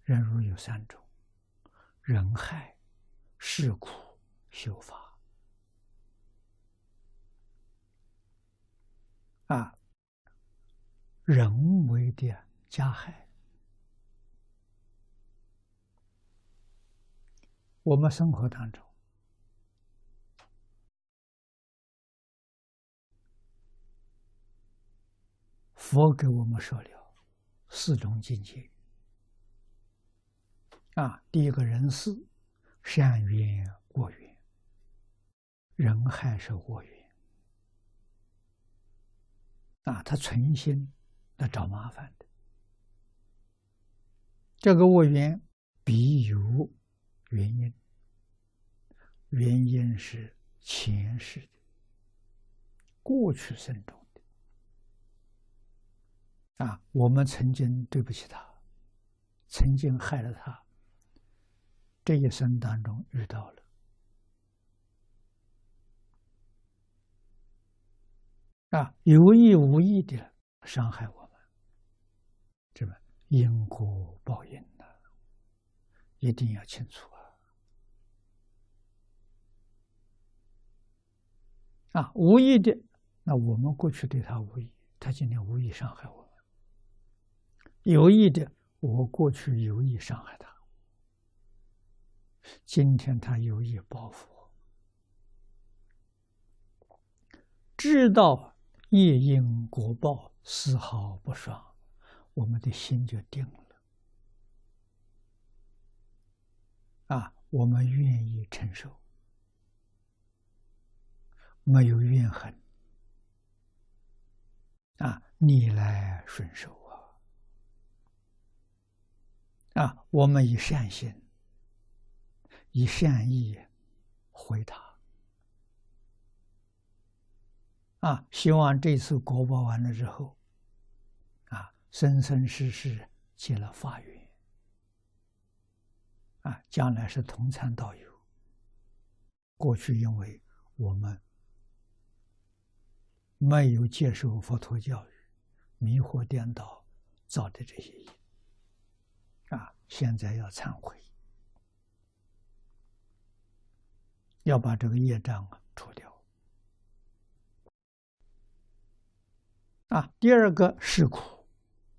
忍辱有三种：忍害、释苦、修法。人为的加害，我们生活当中，佛给我们说了四种境界。第一个人事，善缘、恶缘。人害是恶缘。他存心来找麻烦的。这个恶缘必有原因，原因是前世的、过去生中的。我们曾经对不起他，曾经害了他，这一生当中遇到了。有意无意的伤害我们，这么因果报应呢，一定要清楚无意的，那我们过去对他无意，他今天无意伤害我们；有意的，我过去有意伤害他，今天他有意报复我。知道业因果报丝毫不爽，我们的心就定了。我们愿意承受，没有怨恨，逆来顺受我们以善心、以善意回答。希望这次果报完了之后，生生世世结了法缘，将来是同参道友。过去因为我们没有接受佛陀教育，迷惑颠倒造的这些业，现在要忏悔，要把这个业障除掉。第二个是苦，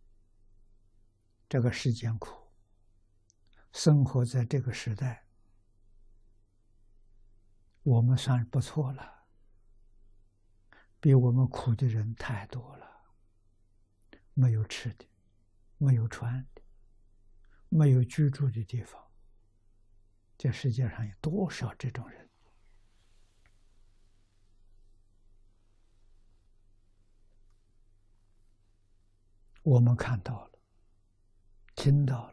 这个世间苦，生活在这个时代，我们算不错了，比我们苦的人太多了。没有吃的，没有穿的，没有居住的地方，这世界上有多少这种人？我们看到了，听到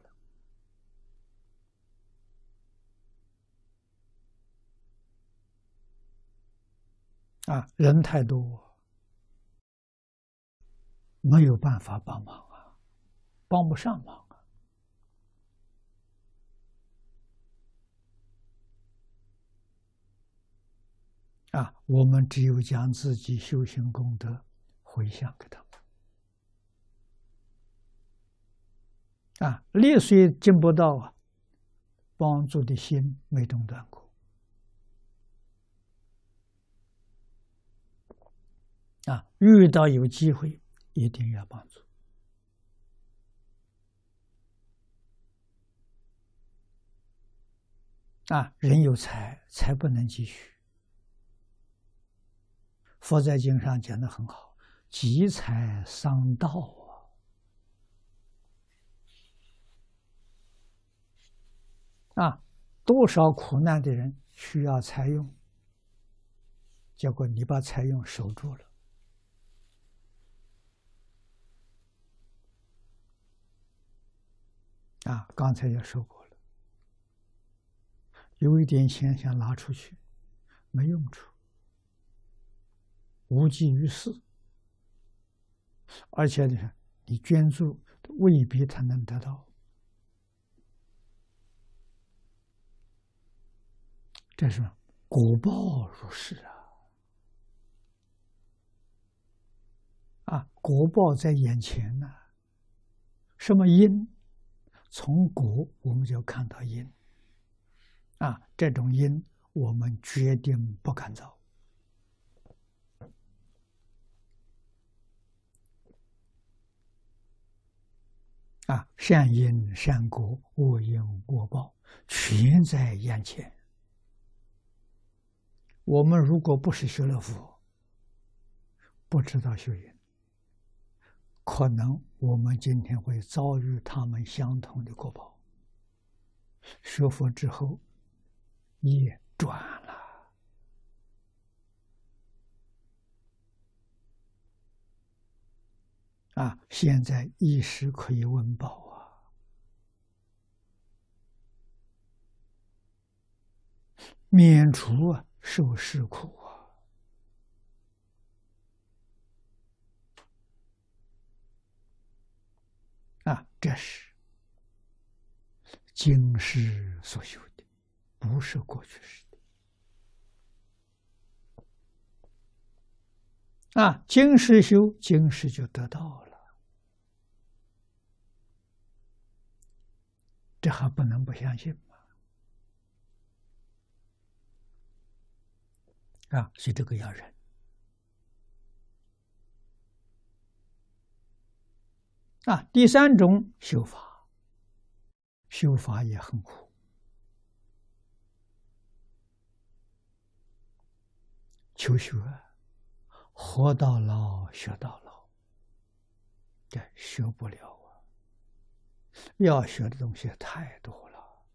了，人太多，没有办法帮忙帮不上忙我们只有将自己修行功德回向给他们。力虽尽不到帮助的心没中断过。遇到有机会一定要帮助。人有财，财不能积蓄。佛在经上讲得很好，积财伤道多少苦难的人需要财用，结果你把财用守住了。刚才也说过了，有一点钱想拿出去，没用处，无济于事，而且你捐助未必他能得到。这是果报如是果报在眼前什么因？ 从果我们就看到因，这种因我们决定不敢造。善因善果，恶因恶报，全在眼前。我们如果不是学了佛，不知道修因，可能我们今天会遭遇他们相同的果报。学佛之后，业转了，现在一时可以温饱免除受世苦这是今世所修的，不是过去式的。今世修，今世就得到了，这还不能不相信吗？所以这个要忍。第三种修法，修法也很苦。求学，活到老学到老，这学不了要学的东西太多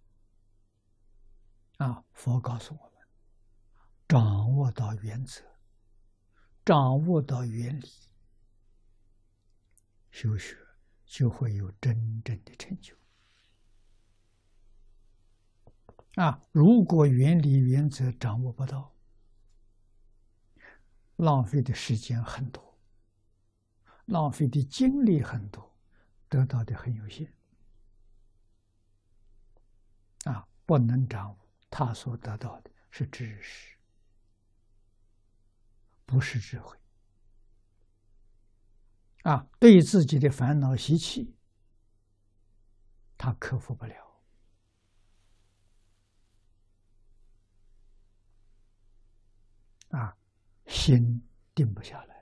了。佛告诉我们，掌握到原则，掌握到原理，修学就会有真正的成就。如果原理原则掌握不到，浪费的时间很多，浪费的精力很多，得到的很有限。不能掌握，他所得到的是知识，不是智慧。对自己的烦恼习气，他克服不了。心定不下来。